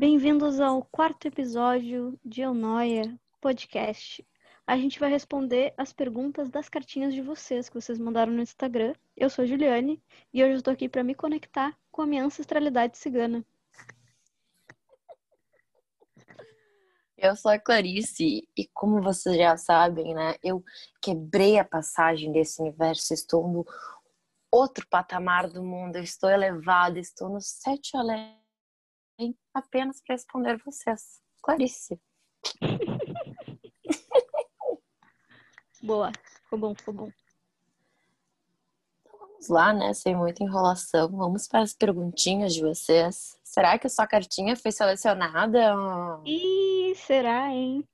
Bem-vindos ao quarto episódio de Eunoia Podcast. A gente vai responder as perguntas das cartinhas de vocês que vocês mandaram no Instagram. Eu sou a Juliane e hoje eu estou aqui para me conectar com a minha ancestralidade cigana. Eu sou a Clarice e como vocês já sabem, né, eu quebrei a passagem desse universo, estou no outro patamar do mundo, eu estou elevada, estou no 7 além, apenas para responder vocês. Clarice. Boa, ficou bom. Vamos lá, né, sem muita enrolação, vamos para as perguntinhas de vocês. Será que a sua cartinha foi selecionada? Ih, será, hein?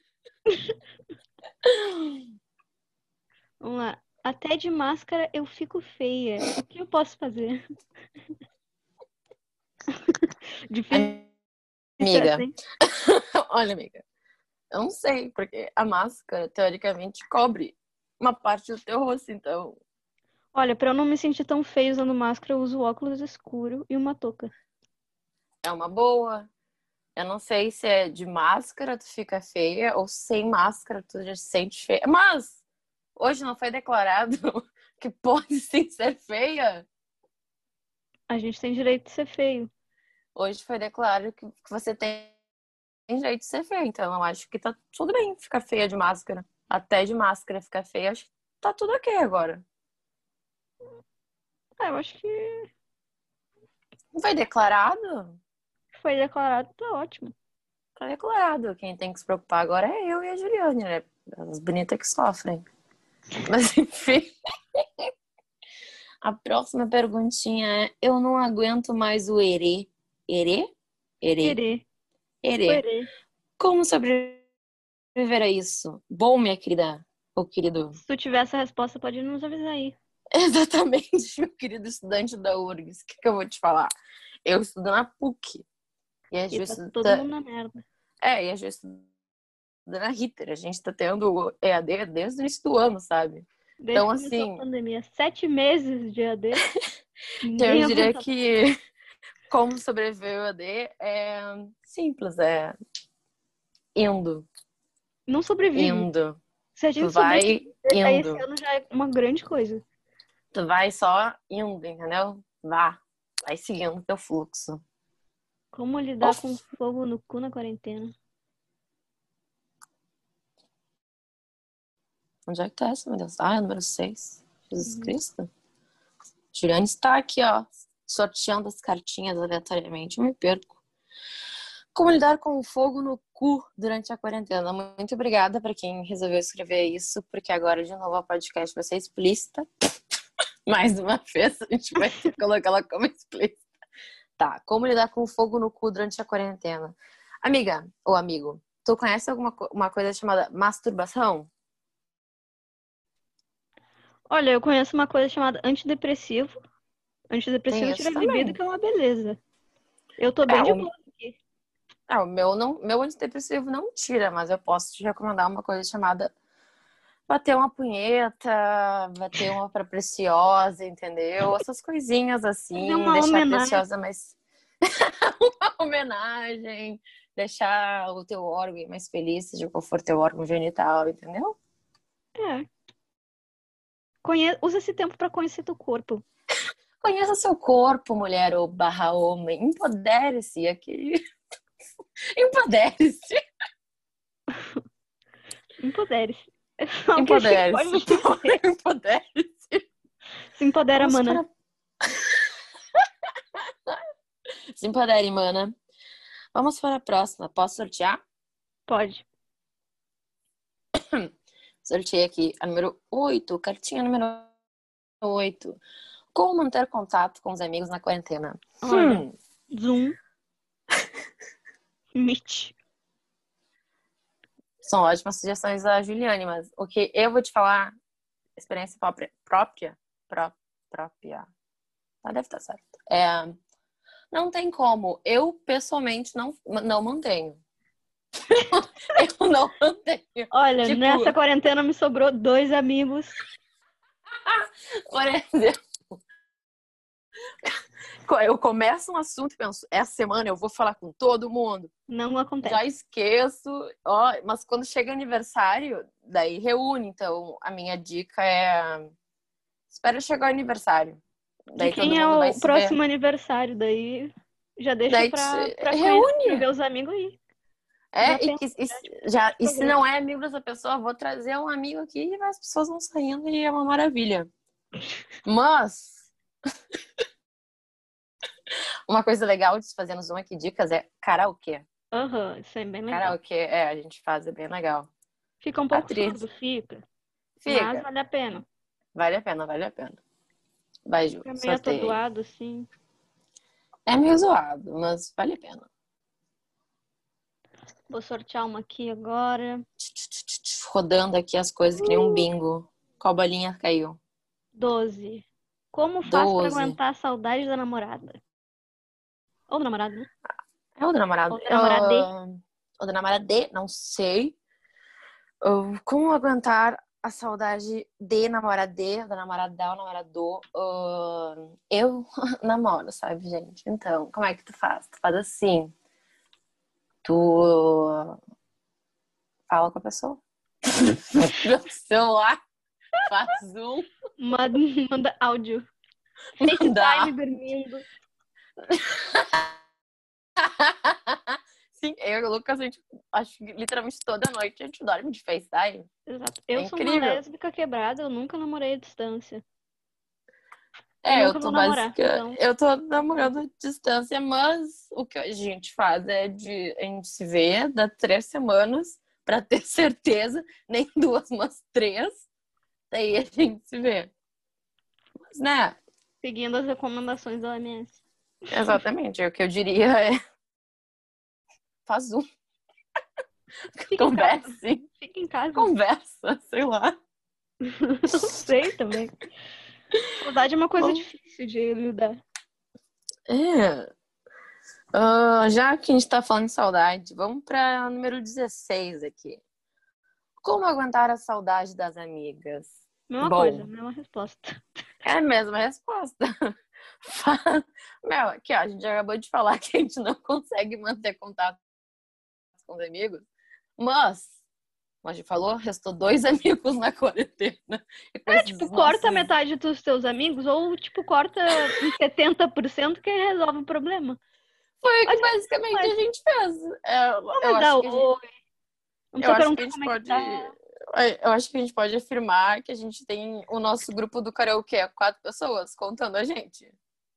Vamos lá. Até de máscara eu fico feia. O que eu posso fazer? Difícil Amiga, assim. olha, amiga, eu não sei, porque a máscara, teoricamente, cobre uma parte do teu rosto, então... Olha, pra eu não me sentir tão feia usando máscara, eu uso óculos escuro e uma touca. É uma boa. Eu não sei se é de máscara tu fica feia ou sem máscara tu já se sente feia. Mas hoje não foi declarado que pode sim ser feia. A gente tem direito de ser feio. Hoje foi declarado que você tem direito de ser feia. Então eu acho que tá tudo bem ficar feia de máscara. Até de máscara ficar feia, acho que tá tudo ok agora. Ah, eu acho que Não foi declarado? foi declarado, tá ótimo. Tá declarado. Quem tem que se preocupar agora é eu e a Juliane, né? As bonitas que sofrem. Mas enfim. A próxima perguntinha é: eu não aguento mais o erê. Erê? Erê. Querer. Erê. Querer. Como sobreviver a isso? Bom, minha querida, ou querido. Se tu tiver essa resposta, pode nos avisar aí. Exatamente, meu querido estudante da URGS. O que eu vou te falar? Eu estudo na PUC. E a E Ju tá todo estuda... mundo na merda. E a Ju estuda na Ritter. A gente tá tendo EAD desde o início do ano, sabe? Desde Então, que começou a assim, pandemia. 7 meses de AD. então eu Ninguém diria aguenta. que como sobreviver ao EAD é simples, é indo. Não sobrevive. Indo. Se a Tu gente sobreviver vai aí esse indo. ano já é uma grande coisa. Tu vai só indo, entendeu? Vá. Vai seguindo teu fluxo. Como lidar Uf. com fogo no cu na quarentena? Onde é que tá essa, meu Deus? Ah, é o número 6. Jesus Uhum. Cristo. Juliane está aqui, ó. Sorteando as cartinhas aleatoriamente. Eu me perco. Como lidar com o fogo no cu durante a quarentena? Muito obrigada para quem resolveu escrever isso, porque agora, de novo, a podcast vai ser explícita. Mais uma vez, a gente vai ter que colocar ela como explícita. Tá, como lidar com o fogo no cu durante a quarentena? Amiga ou amigo, tu conhece uma coisa chamada masturbação? Olha, eu conheço uma coisa chamada antidepressivo. Tem Antidepressivo isso tira libido, também. que é uma beleza. Eu tô É, bem de boa aqui. o meu não, meu antidepressivo não tira, mas eu posso te recomendar uma coisa chamada bater uma punheta, bater uma pra preciosa, entendeu? Essas coisinhas Fazer assim, uma deixar a homenagem. preciosa mais uma homenagem, deixar o teu órgão mais feliz, seja qual for teu órgão genital, entendeu? É. Usa esse tempo pra conhecer teu corpo. Conheça seu corpo, mulher ou barra homem. Empodere-se aqui. Empodere-se. Empodere-se. É só o que a gente pode Empodere-se. dizer. Empodere-se. Se empodera, Vamos mana. para... Se empodere, mana. Vamos para a próxima. Posso sortear? Pode. Sorteei aqui a número 8. Cartinha número 8. Como manter contato com os amigos na quarentena? Olha. Zoom. Meet. São ótimas sugestões da Juliane, mas o que eu vou te falar, experiência própria. Ah, deve estar certo. Não tem como. Eu, pessoalmente, não mantenho. Eu não mantenho. Olha, Tipo, nessa quarentena me sobrou 2 amigos. por exemplo, Eu começo um assunto e penso, essa semana eu vou falar com todo mundo. Não acontece. Já esqueço. Ó, mas quando chega aniversário, daí reúne. Então, a minha dica é... Espera chegar o aniversário. De Daí todo quem é mundo vai o se ver. próximo aniversário, daí já deixa Daí pra conhecer, pra reúne. ver os amigos aí. Já É, pensa, e se não é amigo dessa pessoa, eu vou trazer um amigo aqui e as pessoas vão saindo e é uma maravilha. Mas uma coisa legal de se fazer no Zoom aqui, dicas, é karaokê. Aham, isso é bem legal. Karaokê, a gente faz, é bem legal. Fica um pouco Atriz. surdo, fica. Mas Fica. vale a pena. Vale a pena, vale a pena. Vai, Ju, Fica meio sorteio aí. atordoado, assim. É meio zoado, mas vale a pena. Vou sortear uma aqui agora. Rodando aqui as coisas que nem um bingo. Qual bolinha caiu? 12. Como faz pra 12. aguentar a saudade da namorada? Ou do namorado, né? É o do namorado. Ou da namorada. O do namorado, não sei. Como aguentar a saudade de namorade, da namorada, o namorado. Eu namoro, sabe, gente? Então, como é que tu faz? Tu faz assim. Tu fala com a pessoa. Pelo celular, faz zoom, Manda áudio. mandar. FaceTime dormindo. Sim, eu e o Lucas, a gente, acho que literalmente toda noite a gente dorme de FaceTime. Exato. É Eu sou uma incrível. lésbica quebrada, eu nunca namorei à distância. E É, nunca vou namorar, então. eu tô namorando à distância, mas o que a gente faz a gente se vê, dá 3 semanas pra ter certeza, nem 2, mas 3. Daí a gente se vê. Mas, né? Seguindo as recomendações da OMS. Exatamente. O que eu diria é faz um, Fica em casa. converse, Fica em casa. conversa, sei lá. Não sei também. Saudade é uma coisa Bom, difícil de lidar. é. Já que a gente tá falando de saudade, vamos pra número 16 aqui. Como aguentar a saudade das amigas? Mesma coisa, Bom, mesma resposta. é a mesma resposta. Meu, aqui ó, a gente acabou de falar que a gente não consegue manter contato com os amigos, mas, como a gente falou, restou 2 amigos na quarentena. E com esses Corta nossos... metade dos teus amigos, ou, corta em 70% que resolve o problema. Foi o que Às vezes basicamente faz. a gente fez. Eu Vamos dar acho que a gente, oi. Não eu precisa acho que a perguntar gente como é que pode... tá. Eu acho que a gente pode afirmar que a gente tem o nosso grupo do karaokê, 4 pessoas contando a gente.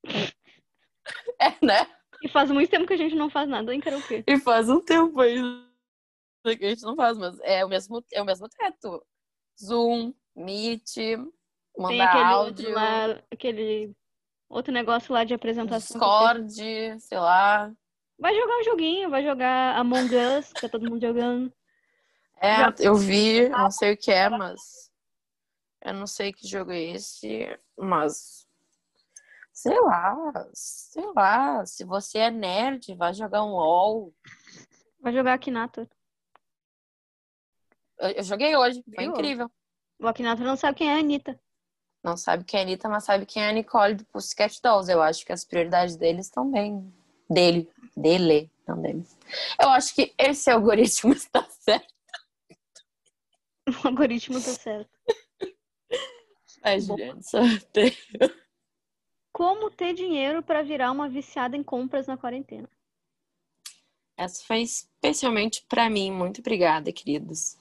É, né? E faz muito tempo que a gente não faz nada em karaokê. E faz um tempo ainda que a gente não faz, mas é o mesmo teto. Zoom, Meet, Tem mandar aquele outro áudio, lá, aquele outro negócio lá de apresentação que eu esqueci. Discord, sei lá. Vai jogar um joguinho, vai jogar Among Us, que tá todo mundo jogando. É, Joga eu vi, não sei o que é, mas eu não sei que jogo é esse, mas sei lá, se você é nerd, vai jogar um LOL. Vai jogar Akinator. Eu joguei hoje, foi Viu? incrível. O Akinator não sabe quem é a Anitta. Não sabe quem é a Anitta, mas sabe quem é a Nicole do Pussycat Dolls. Eu acho que as prioridades deles estão bem. Dele, não deles. Eu acho que esse algoritmo está certo. O algoritmo tá certo. Ai, Bom. Juliana, sorteio. Como ter dinheiro pra virar uma viciada em compras na quarentena? Essa foi especialmente para mim. Muito obrigada, queridos.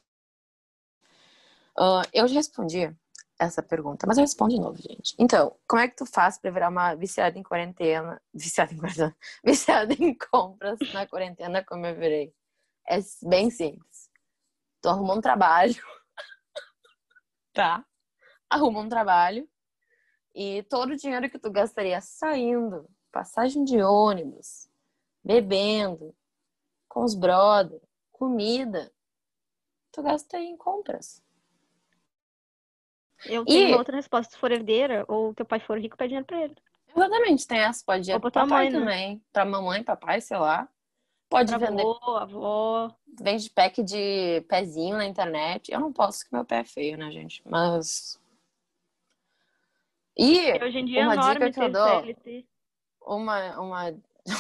Eu já respondi essa pergunta, mas eu respondo de novo, gente. Então, como é que tu faz pra virar uma viciada em quarentena? Viciada em quarentena? Viciada em compras na quarentena, como eu virei? É bem simples. Tu arruma um trabalho, tá? Arruma um trabalho e todo o dinheiro que tu gastaria saindo, passagem de ônibus, bebendo, com os brother, comida, tu gasta em compras. Eu tenho uma E, outra resposta. Se for herdeira ou teu pai for rico, pede dinheiro pra ele. exatamente, tem essa, pode ir Ou pro pra tua papai mãe, né? também, pra mamãe, papai, sei lá. Pode Pra vender, avô, avó. vende pack de pezinho na internet. Eu não posso, que meu pé é feio, né, gente? Mas. E E hoje em dia é uma dica enorme que eu ter dou, CLT. uma...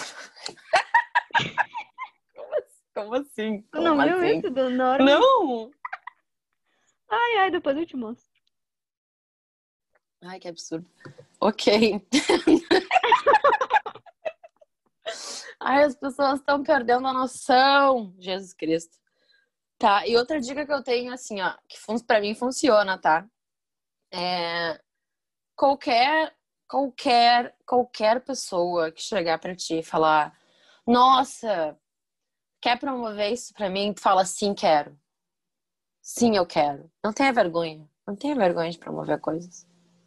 Como assim? Tu não Como viu assim? isso na hora? Não! Ai, depois eu te mostro. Ai, que absurdo. Ok. Ai, as pessoas estão perdendo a noção. Jesus Cristo. Tá, e outra dica que eu tenho, assim, ó, que pra mim funciona, tá? É qualquer pessoa que chegar pra ti e falar, nossa, quer promover isso pra mim? Tu fala, sim, quero. Sim, eu quero. Não tenha vergonha. Não tenha vergonha de promover coisas.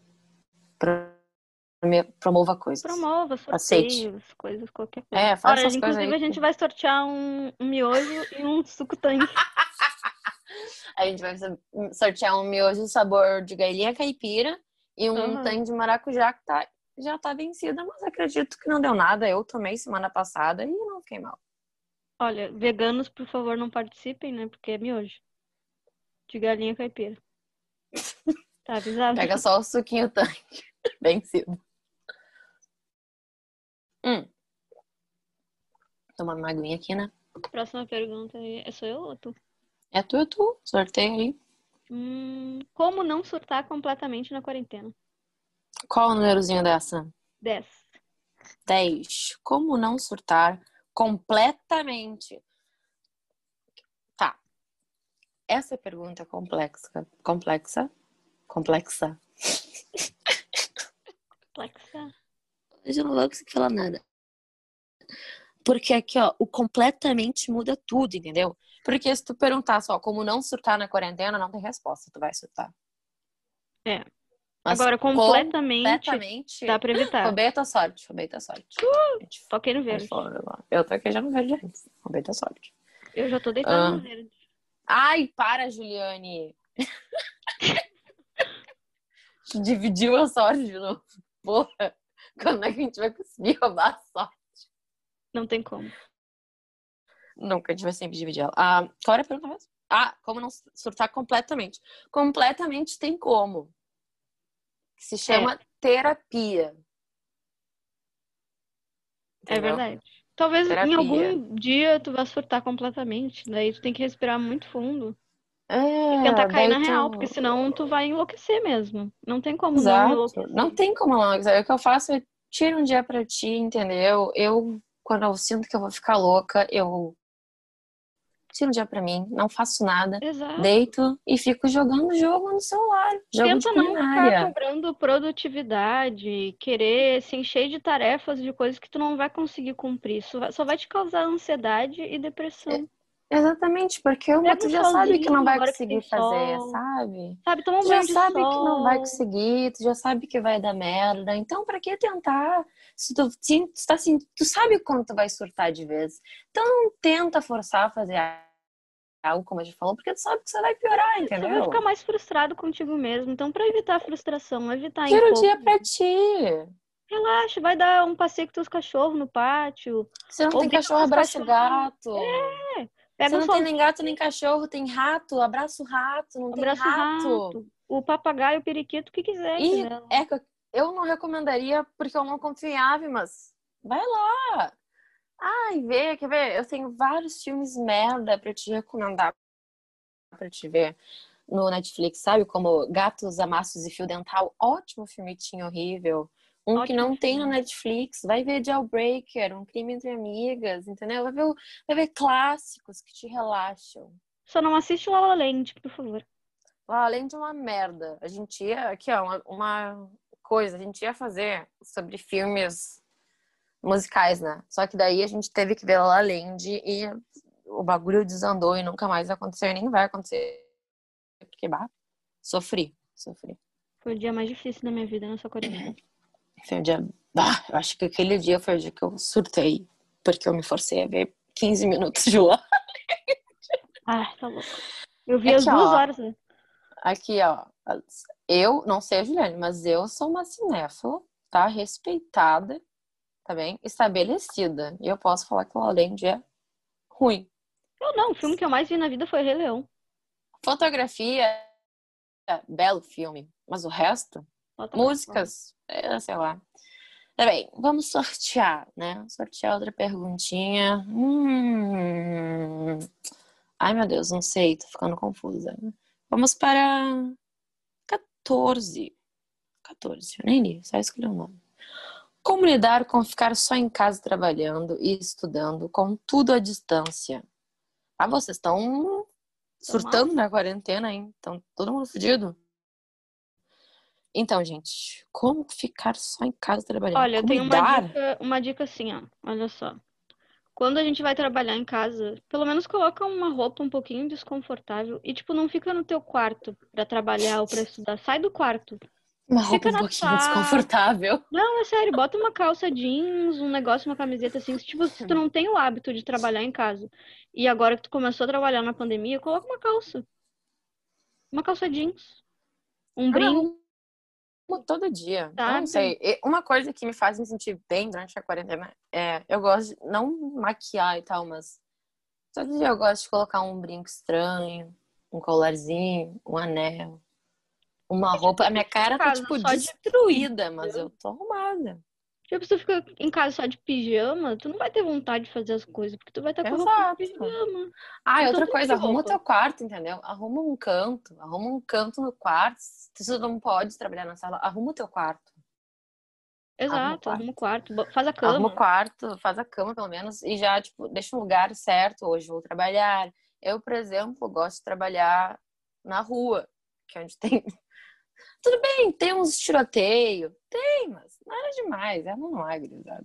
Promova coisas. Promova Aceite. sorteios, coisas, qualquer coisa. É, faz Olha, essas coisas inclusive aí. a gente vai sortear um miojo e um suco tangue. A gente vai sortear um miojo sabor de galinha caipira e um Aham. tangue de maracujá que já tá vencida, mas acredito que não deu nada. Eu tomei semana passada e não fiquei mal. Olha, veganos, por favor, não participem, né? Porque é miojo. De galinha caipira. Tá avisado? Pega só o suquinho tangue vencido. Tomando uma aguinha aqui, né? Próxima pergunta é sou eu ou tu? É tu. Sorteio aí. Como não surtar completamente na quarentena? Qual o númerozinho dessa? 10. 10. Como não surtar completamente? Tá. Essa pergunta é complexa. Complexa? Complexa. Hoje eu não vou conseguir falar nada. Porque aqui, ó, o completamente muda tudo, entendeu? Porque se tu perguntar só como não surtar na quarentena, não tem resposta, tu vai surtar. É. Mas Agora, completamente dá completamente. pra evitar. Roubei a tua sorte, roubei a tua sorte. Toquei no Pode verde. falar agora. Eu tô aqui já no verde antes. Roubei a tua sorte. Eu já tô deitada no verde. Ai, para, Juliane. Dividiu a sorte de novo. Porra, quando é que a gente vai conseguir roubar a sorte? Não tem como. Nunca, a gente vai sempre dividir ela. Qual era a pergunta mesmo? Como não surtar completamente? Completamente tem como. Que se chama terapia. É Entendeu? verdade. Talvez em Terapia. algum dia tu vá surtar completamente. Daí tu tem que respirar muito fundo e tentar É, cair daí na real, porque tu. senão tu vai enlouquecer mesmo. Não tem como não Exato. Não enlouquecer. tem como não. O que eu faço é tiro um dia pra ti, entendeu? Quando eu sinto que eu vou ficar louca, eu tiro um dia pra mim, não faço nada, Exato. deito e fico jogando jogo no celular. Jogo de Tenta não ficar culinária. cobrando produtividade, querer se encher de tarefas, de coisas que tu não vai conseguir cumprir. Isso só vai te causar ansiedade e depressão. Exatamente, porque Pega tu um já sabe que não solzinho vai agora que tem conseguir fazer, sol. sabe? Sabe, toma um Tu já banho de sabe que não vai sol. conseguir, tu já sabe que vai dar merda. Então, pra que tentar? Se tu, sim, tu, tá, assim, tu sabe quando tu vai surtar de vez. Então, não tenta forçar a fazer algo, como a gente falou, porque tu sabe que você vai piorar, Você vai ficar entendeu? mais frustrado contigo mesmo. Então, para evitar a frustração, evitar Tira o dia encontro, pra ti. relaxa, vai dar um passeio com teus cachorros no pátio, Se não ou tem brinca cachorro, com os abraça o cachorros. gato. Pega Se um não tem nem gato solzinho, nem cachorro, tem rato, abraça o rato, não tem abraça o rato. rato, o papagaio, o periquito, o que quiser, E entendeu? eu não recomendaria porque eu não confio em ave, mas vai lá. Ai, quer ver? Eu tenho vários filmes merda pra te recomendar pra te ver no Netflix, sabe? Como Gatos, Amassos e Fio Dental. Ótimo filmetinho horrível. Um que Ótimo não tem no filme. Netflix. Vai ver Jailbreaker, Um Crime Entre Amigas, entendeu? Vai ver clássicos que te relaxam. Só não assiste La La Land, por favor. Lá, além de uma merda, a gente ia... Aqui, ó, uma coisa. A gente ia fazer sobre filmes musicais, né? Só que daí a gente teve que ver La La Land e o bagulho desandou e nunca mais aconteceu e nem vai acontecer. Porque, sofri. Foi o dia mais difícil da minha vida nessa quarentena. Foi um dia... eu acho que aquele dia foi o dia que eu surtei, porque eu me forcei a ver 15 minutos de lá. Ai, tá louco. Eu vi as Aqui, 2 horas, né? ó. Eu, não sei a Juliane, mas eu sou uma cinéfila, tá? Respeitada, tá bem? Estabelecida. E eu posso falar que o La La Land é ruim. Eu não, o filme que eu mais vi na vida foi Rei Leão. Fotografia, belo filme. Mas o resto, Bota pra fora. músicas, sei lá. Tá bem, vamos sortear, né? Sortear outra perguntinha. Ai, meu Deus, não sei, tô ficando confusa. Vamos para 14. 14, eu nem li, só escolhi o nome. Como lidar com ficar só em casa trabalhando e estudando, com tudo à distância? Ah, vocês estão Tão mal? surtando na quarentena, hein? Estão todo mundo fudido? Então, gente, como ficar só em casa trabalhando? Olha, eu Como tenho lidar? uma dica assim, ó. Olha só. Quando a gente vai trabalhar em casa, pelo menos coloca uma roupa um pouquinho desconfortável e, tipo, não fica no teu quarto pra trabalhar ou pra estudar. Sai do quarto. Uma roupa Fica um na pouquinho sala. desconfortável. Não, é sério, bota uma calça jeans, um negócio, uma camiseta assim. Tipo, se tu não tem o hábito de trabalhar em casa e agora que tu começou a trabalhar na pandemia, coloca uma calça. Uma calça jeans. Um Eu me brinco, arrumo todo dia. Eu não sabe? sei. Uma coisa que me faz me sentir bem durante a quarentena é... Eu gosto de não maquiar e tal, mas todo dia eu gosto de colocar um brinco estranho, um colarzinho, um anel, uma E, tipo, roupa. A se tu minha fica em cara tá, casa tipo, só de destruída, mas eu pijama, tô arrumada. tipo, se tu fica em casa só de pijama, tu não vai ter vontade de fazer as coisas, porque tu vai estar com a roupa de Exato. pijama. Ah, e Então outra troca coisa, de arruma o roupa. teu quarto, entendeu? Arruma um canto no quarto. Se tu não pode trabalhar na sala, arruma o teu quarto. Arruma o Exato, arruma o quarto. quarto, faz a Arruma o cama. quarto, faz a cama pelo menos e já, tipo, deixa um lugar certo. Hoje vou trabalhar. Eu, por exemplo, gosto de trabalhar na rua, que é onde tem. Tudo bem, tem uns tiroteio, tem, mas nada demais, é normal, gurizada.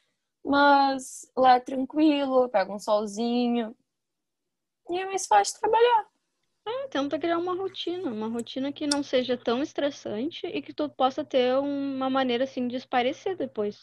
Mas lá é tranquilo, pega um solzinho e é mais fácil de trabalhar. Tenta criar uma rotina que não seja tão estressante e que tu possa ter uma maneira assim de espairecer depois.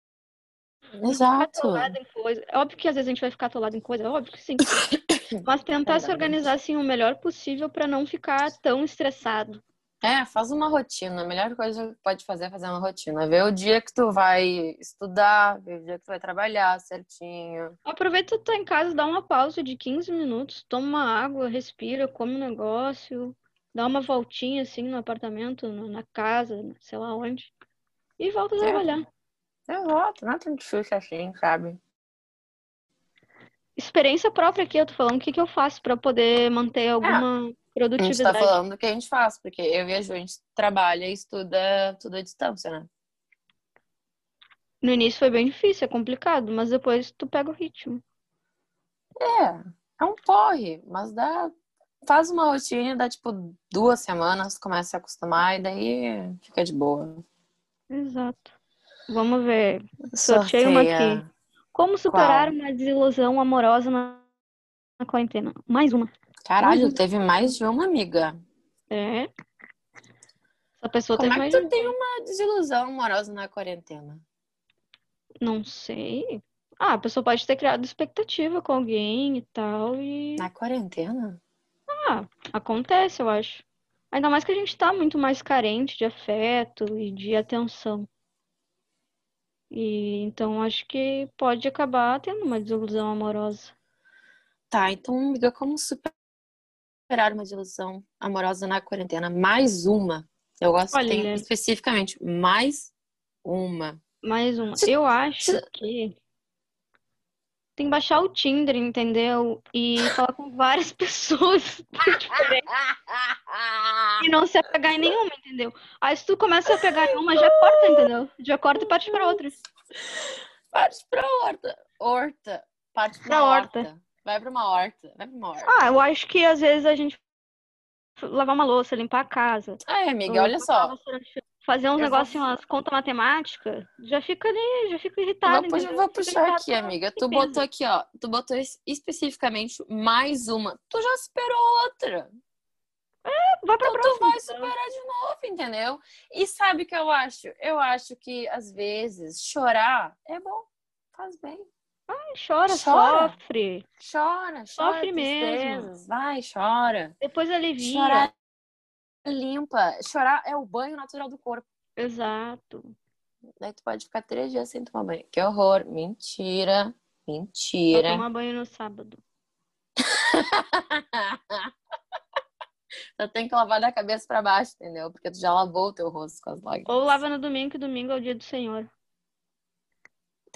Não ficar Exato. atolado em coisa. É óbvio que às vezes a gente vai ficar atolado em coisa, é óbvio que sim. Mas tentar se Verdade. organizar assim o melhor possível para não ficar tão estressado. É, faz uma rotina. A melhor coisa que pode fazer é fazer uma rotina. Ver o dia que tu vai estudar, ver o dia que tu vai trabalhar certinho. Aproveita que tu tá em casa, dá uma pausa de 15 minutos, toma uma água, respira, come um negócio, dá uma voltinha assim no apartamento, na casa, sei lá onde, e volta a É, trabalhar. exato. Não é tão difícil assim, sabe? Experiência própria aqui, eu tô falando o que que eu faço para poder manter É, alguma a gente tá produtividade. falando do que a gente faz, porque eu e a Ju, a gente trabalha e estuda tudo à distância, né? No início foi bem difícil, é complicado, mas depois tu pega o ritmo. É um porre, mas dá. Faz uma rotina, dá tipo 2 semanas, começa a se acostumar e daí fica de boa. Exato. Vamos ver. Sorteio uma aqui. Sorteia. Como superar Qual? uma desilusão amorosa na quarentena? Mais uma. Mais Caralho, uma. teve mais de uma amiga. É, essa pessoa Como teve é que mais de tu uma. tem uma desilusão amorosa na quarentena? Não sei. Ah, a pessoa pode ter criado expectativa com alguém e tal, Na e. quarentena? Ah, acontece, eu acho. Ainda mais que a gente tá muito mais carente de afeto e de atenção. E então acho que pode acabar tendo uma desilusão amorosa. Tá, então, amiga, como superar uma desilusão amorosa na quarentena? Mais uma. Eu gosto que Olha, tenha Liliane, especificamente mais uma. mais uma. Se- Eu acho se- que tem que baixar o Tinder, entendeu? E falar com várias pessoas diferentes e não se apegar em nenhuma, entendeu? Aí se tu começa a se apegar em uma, já corta, entendeu? Já corta e parte pra outra. Parte pra horta. Horta. Parte pra Pra uma horta. horta. Vai pra uma horta. Vai pra uma Ah, horta. eu acho que às vezes a gente lavar uma louça, limpar a casa, Ai, amiga, olha passar a só. vassoura no chão, fazer uns Eu vou, negócios, umas contas matemáticas, já fica ali, já fica eu vou, irritado, pu- eu entendeu? vou Fica puxar irritado aqui, com a amiga. Tu botou tristeza. aqui, ó. Tu botou especificamente mais uma. Tu já superou outra. Vai pra Então tu próxima, vai entendeu? superar de novo, entendeu? E sabe o que eu acho? Eu acho que às vezes chorar é bom, faz bem. Ai, chora, Chora, sofre. chora Sofre mesmo. tristezas, vai, chora. Depois alivia. Chorar limpa, chorar é o banho natural do corpo. Exato. Daí tu pode ficar 3 dias sem tomar banho. Que horror, mentira, Só mentira. tomar banho no sábado. Tu tem que lavar da cabeça pra baixo, entendeu? Porque tu já lavou o teu rosto com as Ou lágrimas. lava no domingo, que domingo é o dia do Senhor.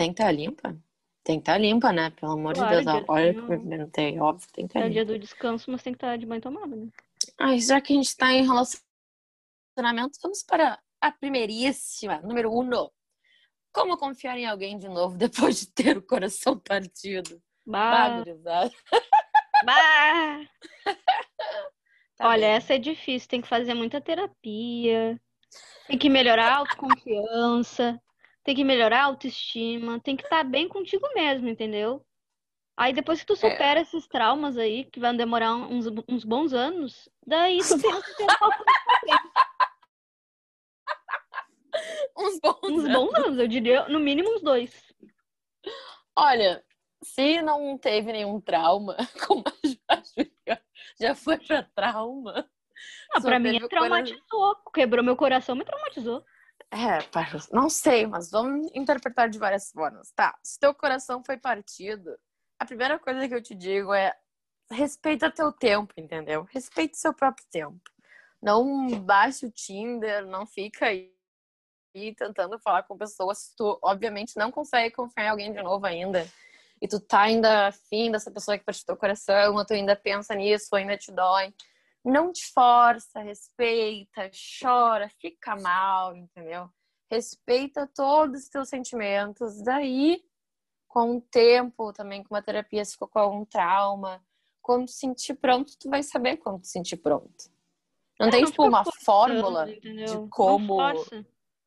Tem que estar limpa? Tem que estar limpa, né? Pelo amor de Claro, Deus. dia, Olha que eu perguntei. Óbvio que tem que estar é o dia limpa. do descanso, mas tem que estar de banho tomado, né? Ai, já que a gente tá em relacionamento, vamos para a primeiríssima, número 1. Como confiar em alguém de novo depois de ter o coração partido? Bah, Gurizada. bah! Tá Olha, bem. essa é difícil, tem que fazer muita terapia, tem que melhorar a autoconfiança, tem que melhorar a autoestima, tem que estar bem contigo mesmo, entendeu? Aí depois que tu É, supera esses traumas aí, que vão demorar uns bons anos, daí tu pensa em tentar alguém. uns bons Uns bons anos. anos, eu diria, no mínimo uns 2. Olha, se não teve nenhum trauma, como a Julia já foi pra trauma, Ah, só pra mim teve é o coração. traumatizou. Quebrou meu coração, me traumatizou. Não sei, mas vamos interpretar de várias formas. Tá, se teu coração foi partido, a primeira coisa que eu te digo é respeita teu tempo, entendeu? Respeite seu próprio tempo. Não baixe o Tinder, não fica aí tentando falar com pessoas se tu, obviamente, não consegue confiar em alguém de novo ainda. E tu tá ainda afim dessa pessoa que partiu teu coração, ou tu ainda pensa nisso, ou ainda te dói. Não te força, respeita, chora, fica mal, entendeu? Respeita todos os teus sentimentos. Daí, com o tempo, também com uma terapia, se ficou com algum trauma, quando tu sentir pronto, tu vai saber quando tu sentir pronto. Não É, tem, não tipo, fica uma forçando, fórmula de entendeu? Não como. força.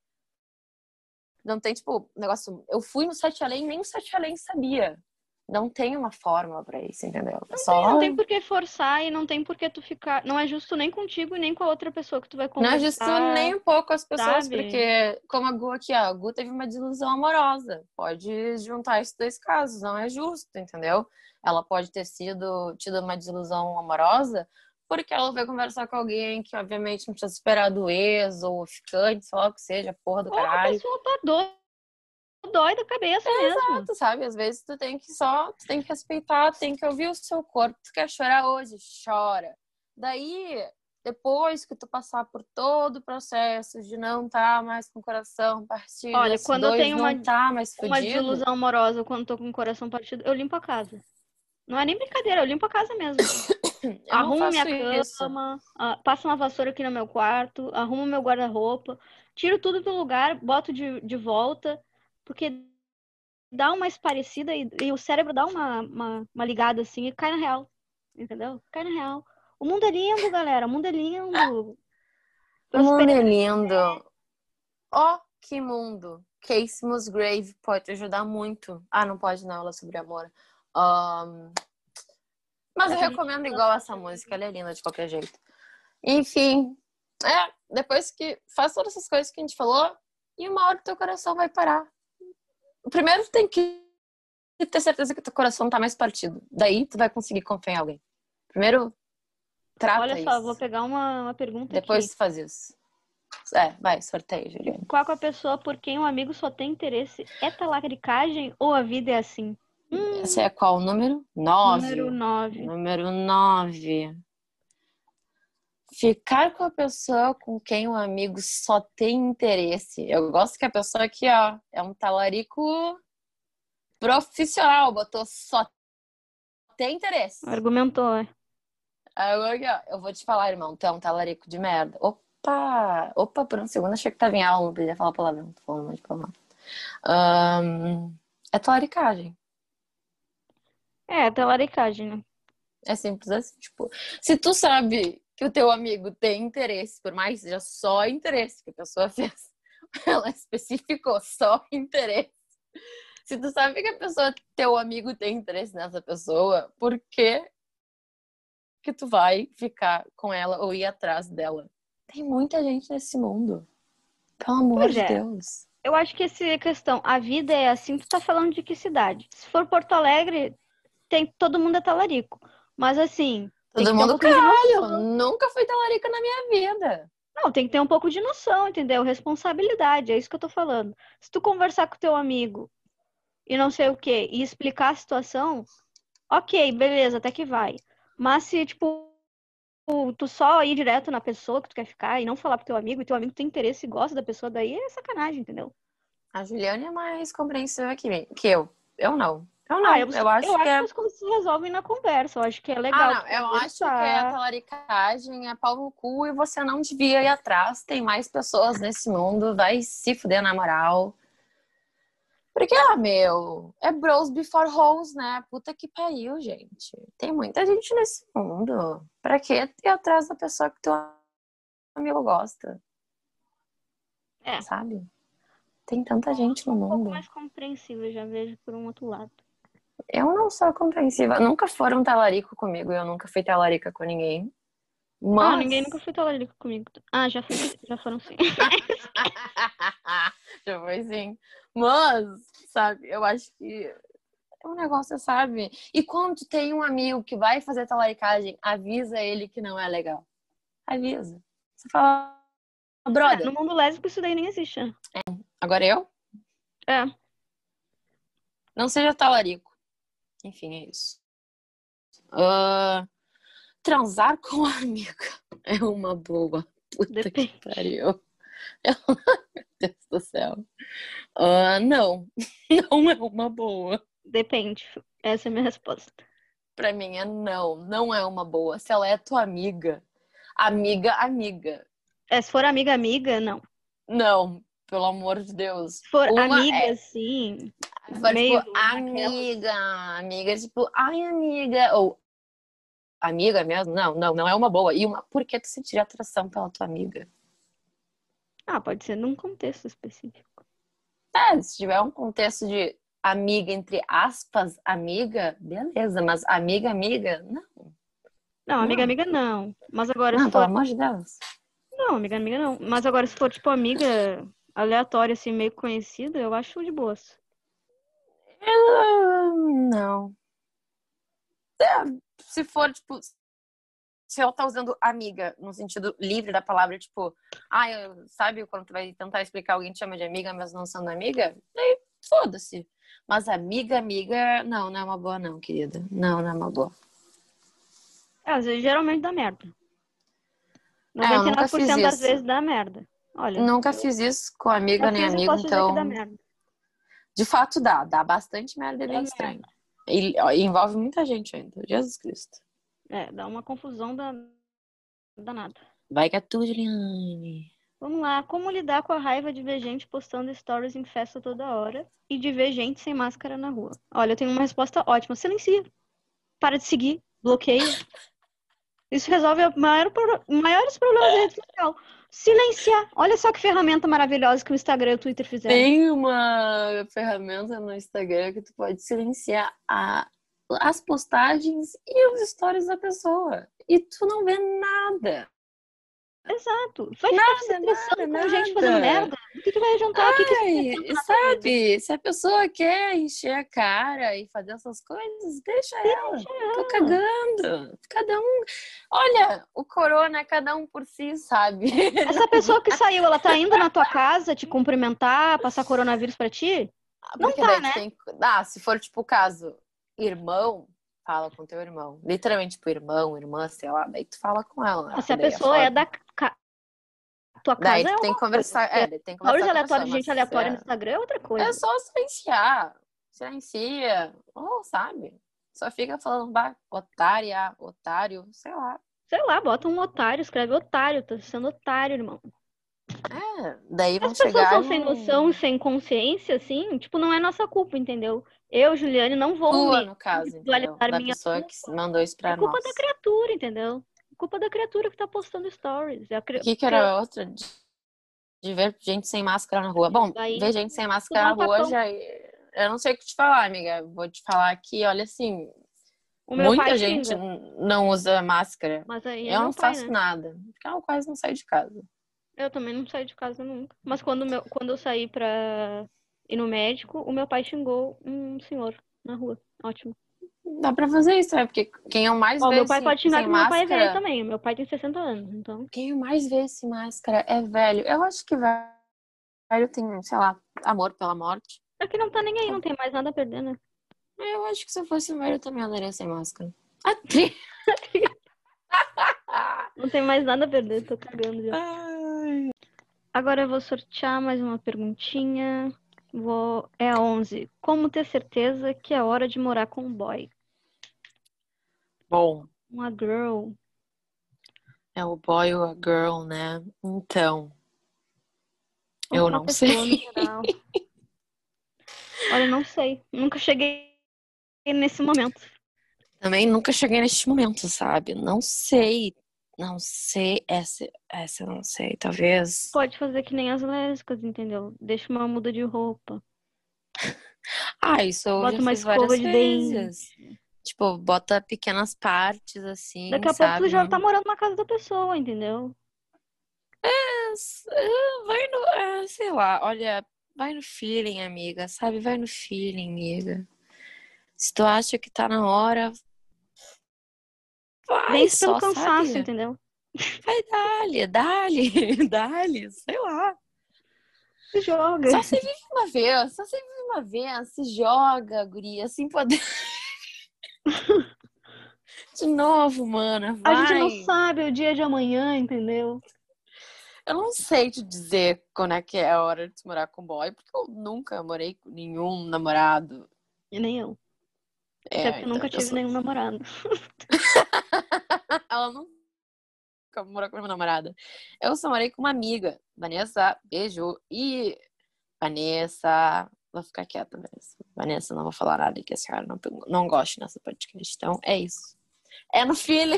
Não tem, tipo, negócio. Eu fui no Sete Além, nem o Sete Além sabia. Não tem uma fórmula pra isso, entendeu? É Não só. tem por que forçar e não tem por que tu ficar. Não é justo nem contigo e nem com a outra pessoa que tu vai Não é justo conversar, nem um pouco as pessoas, sabe? porque, como a Gu aqui, ó, a Gu teve uma desilusão amorosa. Pode juntar esses dois casos, não é justo, entendeu? Ela pode ter tido uma desilusão amorosa porque ela vai conversar com alguém que, obviamente, não tinha superado o ex ou ficante, sei lá o que seja, porra do Ou a caralho. pessoa tá dói da cabeça mesmo. Tu sabe, às vezes tu tem que respeitar, tem que ouvir o seu corpo. Tu quer chorar hoje? Chora. Daí, depois que tu passar por todo o processo de não tá mais com o coração partido, Olha, esses quando eu dois tenho não tá mais uma fudido, desilusão amorosa, ou quando tô com o coração partido, eu limpo a casa. Não é nem brincadeira, eu limpo a casa mesmo. eu não Arrumo minha faço isso. cama, passo uma vassoura aqui no meu quarto, arrumo meu guarda-roupa, tiro tudo do lugar, boto de volta, porque dá uma esparecida e o cérebro dá uma ligada assim e cai na real. Entendeu? Cai na real. O mundo é lindo, galera. O mundo é lindo. O mundo é Prosperidade. lindo. Ó, que mundo. Casey Musgrave pode te ajudar muito. Ah, não pode não, ela é sobre amor. Ahn, mas Será eu que a gente recomendo tá igual essa fazendo? música, ela é linda de qualquer jeito. Enfim, depois que faz todas essas coisas que a gente falou, e uma hora o teu coração vai parar. Primeiro tu tem que ter certeza que teu coração tá mais partido. Daí tu vai conseguir confiar em alguém. Primeiro, Olha trata só, vou isso. pegar uma pergunta Depois aqui. tu faz isso. Vai, sorteio, Juliane. Qual é a pessoa por quem um amigo só tem interesse? É talaricagem ou a vida é assim? Essa é qual o número? Número 9. 9. Número 9. Ficar com a pessoa com quem o amigo só tem interesse. Eu gosto que a pessoa aqui, ó, é um talarico profissional, botou só tem interesse. Argumentou, é. Agora aqui, ó, eu vou te falar, irmão, tu é um talarico de merda. Opa! Opa, por um segundo achei que tava em aula, não podia falar palavrão, tô falando muito palavrão. É talaricagem. É, talaricagem, né? É simples assim, tipo, se tu sabe que o teu amigo tem interesse, por mais que seja só interesse que a pessoa fez, ela especificou só interesse. Se tu sabe que a pessoa, teu amigo tem interesse nessa pessoa, por que tu vai ficar com ela ou ir atrás dela? Tem muita gente nesse mundo. Pelo amor Pois de é. Deus. Eu acho que essa questão, a vida é assim, tu tá falando de que cidade? Se for Porto Alegre, todo mundo é talarico. Mas assim, tem Todo que ter um mundo, pouquinho de caralho, noção. nunca fui talarica na minha vida. Não, tem que ter um pouco de noção, entendeu? Responsabilidade, é isso que eu tô falando. Se tu conversar com teu amigo e não sei o quê, e explicar a situação, ok, beleza, até que vai. Mas se, tipo, tu só ir direto na pessoa que tu quer ficar e não falar pro teu amigo, e teu amigo tem interesse e gosta da pessoa, daí é sacanagem, entendeu? A Juliane é mais compreensiva que eu. Eu não. Eu não. Eu acho que que é. as coisas se resolvem na conversa. Eu acho que é Ah, legal não. Eu acho que a talaricagem é pau no cu e você não devia ir atrás. Tem mais pessoas nesse mundo. Vai se fuder na moral. Porque, meu, é bros before hoes, né? Puta que pariu, gente. Tem muita gente nesse mundo. Pra que ir atrás da pessoa que teu amigo gosta? É, Sabe? Tem tanta gente no um pouco mundo. mais compreensível, já vejo por um outro lado. Eu não sou compreensiva. Nunca foram talarico comigo. Eu nunca fui talarica com ninguém. Ah, ninguém nunca Mas. foi talarico comigo. Ah, já foram sim. Já foi sim. Mas, sabe, eu acho que é um negócio, sabe? E quando tu tem um amigo que vai fazer talaricagem, avisa ele que não é legal. Avisa. Você fala, No brother, mundo lésbico isso daí nem existe, né? agora eu? É. Não seja talarico. Enfim, é isso. Ah, transar com a amiga é uma boa. Puta que Depende. pariu. Meu Deus do céu. Não. Não é uma boa. Depende. Essa é a minha resposta. Pra mim é não. Não é uma boa. Se ela é tua amiga, amiga. É, se for amiga, não. Não, pelo amor de Deus. Se for Uma amiga, é. sim, Se for tipo, meio naquela. amiga, tipo, ai, amiga. Ou amiga mesmo? Não é uma boa. E uma, por que tu sentiria atração pela tua amiga? Ah, pode ser num contexto específico. É, se tiver um contexto de amiga, entre aspas, amiga, beleza, mas amiga, não. Não, Não, amiga, não. Mas agora se não, pelo for. amor de Deus. Não, amiga, não. Mas agora se for, tipo, amiga aleatória, assim, meio conhecida, eu acho de boas. Não. É, se for, tipo, se ela tá usando amiga no sentido livre da palavra, tipo, sabe quando tu vai tentar explicar alguém te chama de amiga, mas não sendo amiga? Daí, foda-se. Mas amiga, não é uma boa, não, querida. Não é uma boa. É, às vezes geralmente dá merda. É, eu nunca fiz 99% das isso. vezes dá merda. Olha, Nunca eu fiz isso com já amiga nem fiz e amigo, posso dizer que dá então, merda. de fato dá bastante merda, é Dá bem estranho. merda. E envolve muita gente ainda, Jesus Cristo. É, dá uma confusão danada. Vai que é tu, Juliane. Vamos lá. Como lidar com a raiva de ver gente postando stories em festa toda hora e de ver gente sem máscara na rua? Olha, eu tenho uma resposta ótima. Silencia. Para de seguir. Bloqueia. Isso resolve maiores problemas da rede social. Silenciar. Olha só que ferramenta maravilhosa que o Instagram e o Twitter fizeram. Tem uma ferramenta no Instagram que tu pode silenciar as postagens e os stories da pessoa. E tu não vê nada. Exato. Vai ficar se estressando com gente fazendo merda? Do que vai adiantar? O que você quer tanto Ai, na sua vida? sabe? Se a pessoa quer encher a cara e fazer essas coisas, deixa ela. Tô Ah, cagando. Cada um. Olha, o corona é cada um por si, sabe? essa pessoa que saiu, ela tá indo na tua casa te cumprimentar, passar coronavírus pra ti? Não Porque tá, daí tu né? tem. Se for tipo o caso, irmão, fala com teu irmão. Literalmente, tipo, irmão, irmã, sei lá, daí tu fala com ela, né? Se Porque a daí é pessoa é foda. da tua Daí casa, tu é tem que uma coisa. conversar. Se é Daí tem que stories conversar com a pessoa, aleatórias de mas gente aleatória no Instagram é outra é coisa. só silenciar. Silencia. Ou, sabe? Só fica falando, otária, otário, sei lá. Sei lá, bota um otário, escreve otário, tá sendo otário, irmão. Daí As vão pessoas chegar são e sem noção e vão. sem consciência, assim, tipo, não é nossa culpa, entendeu? Eu, Juliane, não vou Tua, me no caso, entendeu? individualizar Da minha pessoa que culpa. mandou isso É pra culpa da nós. criatura, entendeu? É culpa da criatura que tá postando stories. O que que era outra? De ver gente sem máscara na rua. Bom, Aí ver gente sem tu dá máscara na um rua tapão. já. Eu não sei o que te falar, amiga. Vou te falar aqui, olha assim, O meu pai muita gente xinga, não usa máscara. mas aí é Eu meu não pai, faço né? nada, porque eu quase não saio de casa. Eu também não saio de casa nunca. Mas quando eu saí pra ir no médico, o meu pai xingou um senhor na rua. Ótimo. Dá pra fazer isso, né? Porque quem eu mais Ó, meu vejo pai pode xingar sem que meu pai é velho máscara, também. Meu pai tem 60 anos, então. quem eu mais vejo sem máscara é velho. Eu acho que velho tem, sei lá, amor pela morte. É que não tá nem aí, Então, não tem mais nada a perder, né? eu acho que se eu fosse velho, eu também andaria sem máscara. Não tem mais nada a perder, tô cagando já. Ai. Agora eu vou sortear mais uma perguntinha. É a 11. Como ter certeza que é hora de morar com um boy? Bom, Uma girl. é o boy ou a girl, né? Então, Ou eu só uma não sei. pessoa no geral. Olha, não sei. Nunca cheguei nesse momento. Também nunca cheguei neste momento, sabe? Não sei. Não sei. Essa eu não sei. Talvez. Pode fazer que nem as lésbicas, entendeu? Deixa uma muda de roupa. Ah, isso eu já Bota uma fiz escova várias de dente. vezes. Tipo, bota pequenas partes assim, Daqui a pouco tu sabe? já tá morando na casa da pessoa, entendeu? Vai no. Sei lá, olha, vai no feeling, amiga, sabe? Vai no feeling, amiga. Se tu acha que tá na hora, vai Vence pelo só, cansaço, sabe? entendeu? Vai, dale, dale, sei lá. Se joga. Só você vive uma vez, só você vive uma vez, se joga, guria, assim poder. De novo, mana, A gente não vai. sabe o dia de amanhã, entendeu? Eu não sei te dizer quando é que é a hora de se morar com boy, porque eu nunca morei com nenhum namorado. E nem eu. Até É, porque eu então, nunca tive nenhum namorado. ela nunca morou com minha namorada. Eu só morei com uma amiga. Vanessa, beijo. E Vanessa, vou ficar quieta, Vanessa. Vanessa, não vou falar nada que a senhora não goste nessa podcast. Então, é isso. É no feeling.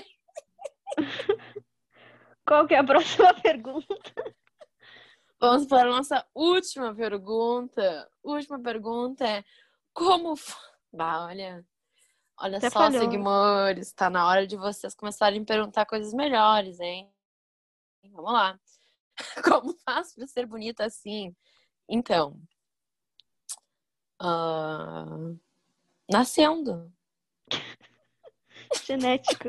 Qual que é a próxima pergunta? Vamos para a nossa última pergunta. Última pergunta é como. Bah, olha Até só, falhou. seguidores, tá na hora de vocês começarem a perguntar coisas melhores, hein? Vamos lá. Como faço para ser bonita assim? Então, ah, nascendo. Genética.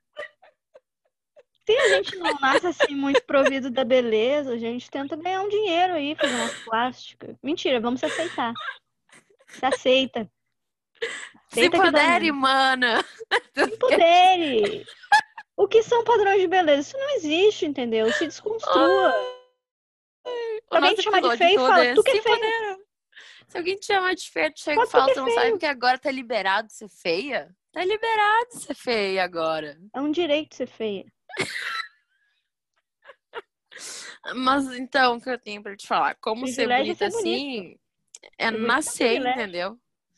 Se a gente não nasce assim muito provido da beleza, a gente tenta ganhar um dinheiro aí, fazer umas plásticas. Mentira, vamos se aceitar. Se aceita. Se Aceita que dói puder, menos. mana. Se puder. O que são padrões de beleza? Isso não existe, entendeu? Se desconstrua. O Se alguém nosso te chamar de episódio feio, todo fala, é tu que é se feio. puder. Se alguém te chama de feia, tu chega e Fala, tu que fala, é tu não sabe feio. que agora tá liberado ser feia? Tá liberado ser feia agora. É um direito ser feia. Mas então, o que eu tenho pra te falar? Como ser Privilégio é bonita ser bonito. assim é Ser bonito é um nascer, privilégio. entendeu?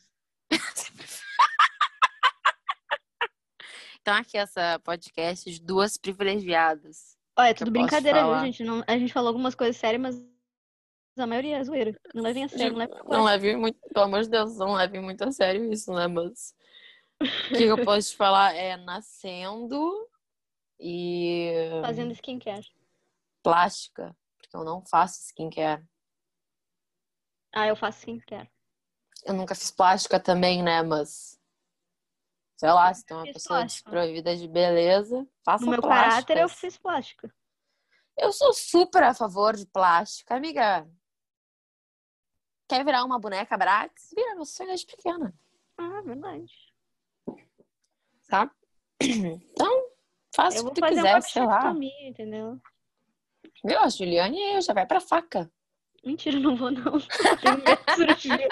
Então, aqui essa podcast de duas privilegiadas Olha, é que eu tudo posso te brincadeira, viu, falar. gente? Não, a gente falou algumas coisas sérias, mas a maioria é zoeira. Não levem a sério, não levem a Não coisa. leve muito, pelo amor de Deus, não leve muito a sério isso, né? Mas o que eu posso te falar é nascendo e Fazendo skincare. plástica, porque eu não faço skincare. Ah, eu faço skincare. Eu nunca fiz plástica também, né? Mas, sei lá, se tem uma Fiz pessoa plástica. desprovida de beleza, No faça meu caráter, eu plásticas. fiz plástica. Eu sou super a favor de plástica, amiga. Quer virar uma boneca Bratz? Vira, meu sonho desde pequena, Ah, verdade. tá? Então, faça Eu o que vou tu fazer uma quiser, sei lá. bichectomia, entendeu? Meu, a Juliane já vai pra faca. Mentira, não vou não. Eu tenho medo de cirurgia.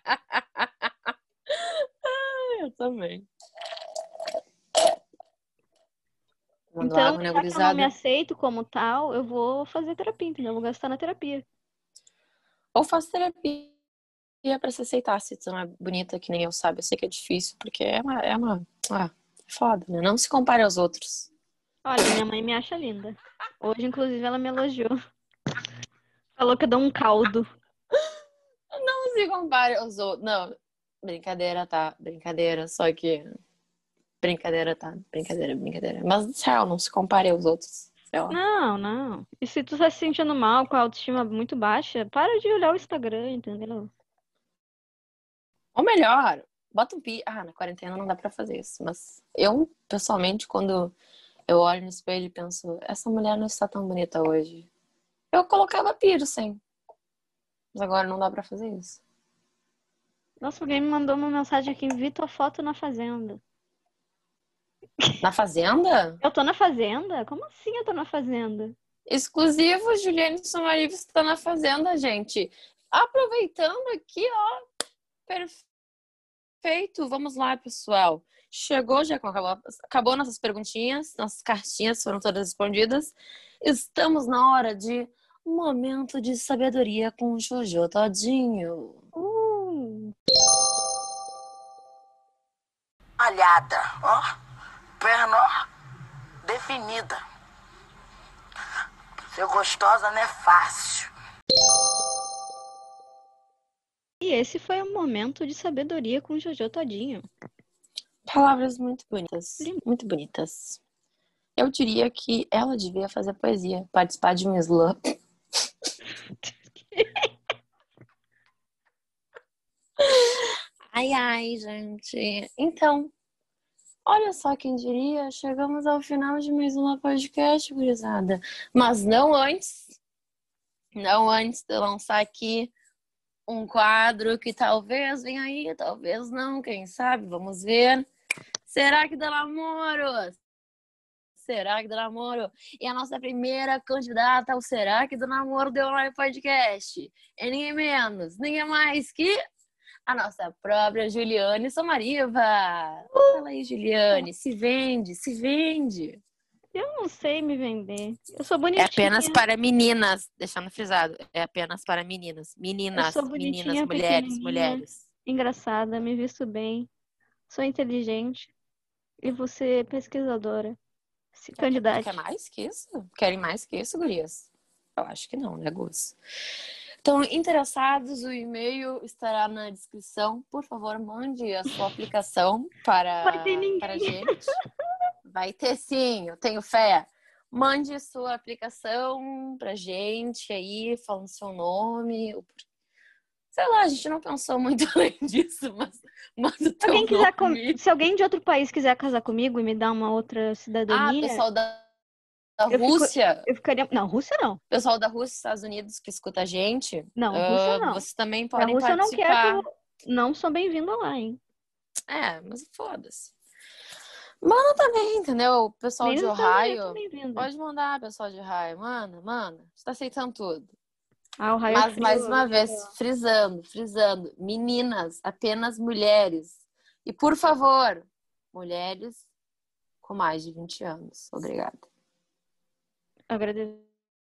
Eu também. Mandou Então, água, né, já que eu não me gurizada? aceito como tal, eu vou fazer terapia, entendeu? Eu vou gastar na terapia. Ou faça terapia pra se aceitar, se tu não é bonita que nem eu, sabe? Eu sei que é difícil, porque é foda, né? Não se compare aos outros. Olha, minha mãe me acha linda. Hoje, inclusive, ela me elogiou. Falou que eu dou um caldo. Não se compare aos outros. Não, brincadeira, tá? Brincadeira, só que... Brincadeira, tá? Brincadeira, brincadeira. Mas, real, não se compare aos outros. Sei lá. Não, não. E se tu tá se sentindo mal, com a autoestima muito baixa, para de olhar o Instagram, entendeu? Ou melhor, bota um pi... Ah, na quarentena não dá pra fazer isso. Mas eu, pessoalmente, quando eu olho no espelho e penso, essa mulher não está tão bonita hoje. Eu colocava piercing. Mas agora não dá pra fazer isso. Nossa, alguém me mandou uma mensagem aqui, vi tua foto na fazenda. Na fazenda? Eu tô na fazenda? Como assim eu tô na fazenda? Exclusivo, Juliane Somariva está na fazenda, gente. aproveitando aqui, ó. Perfeito. Vamos lá, pessoal. Chegou, já acabou nossas perguntinhas, nossas cartinhas foram todas respondidas. Estamos na hora de um momento de sabedoria com o Jojo Todinho. Malhada, ó, perna ó, definida. Ser gostosa não é fácil. E esse foi um momento de sabedoria com o Jojo Todinho. Palavras muito bonitas, Lindo. muito bonitas. Eu diria que ela devia fazer poesia, participar de um slam. Ai, ai, gente. Então, olha só quem diria, chegamos ao final de mais uma podcast, gurizada. Mas não antes de eu lançar aqui um quadro que talvez venha aí, talvez não, quem sabe, vamos ver. Será que dá namoro? Será que dá namoro? E a nossa primeira candidata ao Será que dá namoro do Online Podcast é ninguém menos, ninguém mais que a nossa própria Juliane Somariva. Fala aí, Juliane, se vende, se vende. Eu não sei me vender. Eu sou É bonitinha. apenas para meninas, deixando frisado, é apenas para meninas. Meninas, Eu sou meninas, bonitinha, mulheres, pequenininha, mulheres. engraçada, me visto bem, sou inteligente e você é pesquisadora. Se Tu candidate. quer mais que isso? Querem mais que isso, gurias? Eu acho que não, né, Gus? Então, interessados, o e-mail estará na descrição. Por favor, mande a sua aplicação Vai ter para a ninguém. gente. Vai ter sim, eu tenho fé. Mande sua aplicação pra gente aí, falando seu nome. Sei lá, a gente não pensou muito além disso, mas manda o Se teu alguém quiser nome. Se alguém de outro país quiser casar comigo e me dar uma outra cidadania, Pessoal da eu Rússia. eu ficaria. Não, Rússia não. Pessoal da Rússia e Estados Unidos que escuta a gente, Não, Rússia não. vocês também Da podem Rússia eu não quero que participar. eu não sou bem-vinda lá, hein? Mas foda-se. Manda também, entendeu? O pessoal Nem de nos Estados Unidos sou Ohio. bem-vinda. Pode mandar, pessoal de Ohio. Manda. A gente tá aceitando tudo. Ah, o raio Mas, frio. mais uma vez, frisando. Meninas, apenas mulheres. E, por favor, mulheres com mais de 20 anos. Obrigada. Agradeço.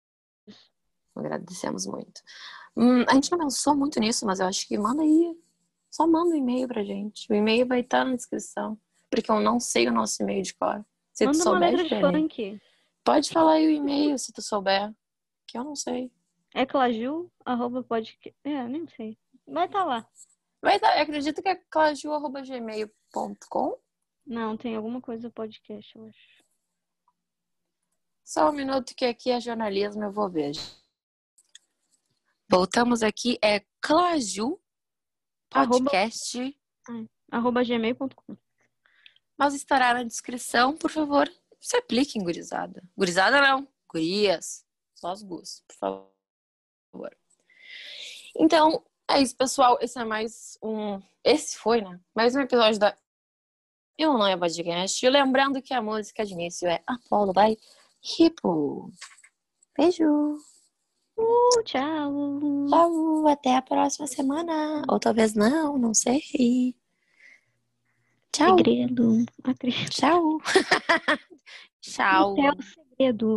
Agradecemos muito. A gente não pensou muito nisso, mas eu acho que manda aí. Só manda um e-mail pra gente. O e-mail vai estar na descrição. Porque eu não sei o nosso e-mail de cor. Se tu Manda uma souber, letra de Juliane, funk. pode falar aí o e-mail, se tu souber. Que eu não sei. É claju@podcast. Nem sei. Vai estar lá. Vai dar, eu acredito que é claju@gmail.com. Não, tem alguma coisa do podcast, eu acho. Só um minuto que aqui é jornalismo, eu vou ver. Voltamos aqui, é Claju Podcast. @gmail.com. Mas estará na descrição, por favor, se apliquem, gurizada. Gurizada não, gurias. Só os gus, por favor. Então, é isso, pessoal. Esse é mais um... Esse foi, né? Mais um episódio da Eu Não É Podcast. Lembrando que a música de início é Apollo by Hippo. Beijo. Tchau. Tchau, até a próxima semana. Ou talvez não sei. Tchau. Segredo. Tchau. Tchau. Até o segredo.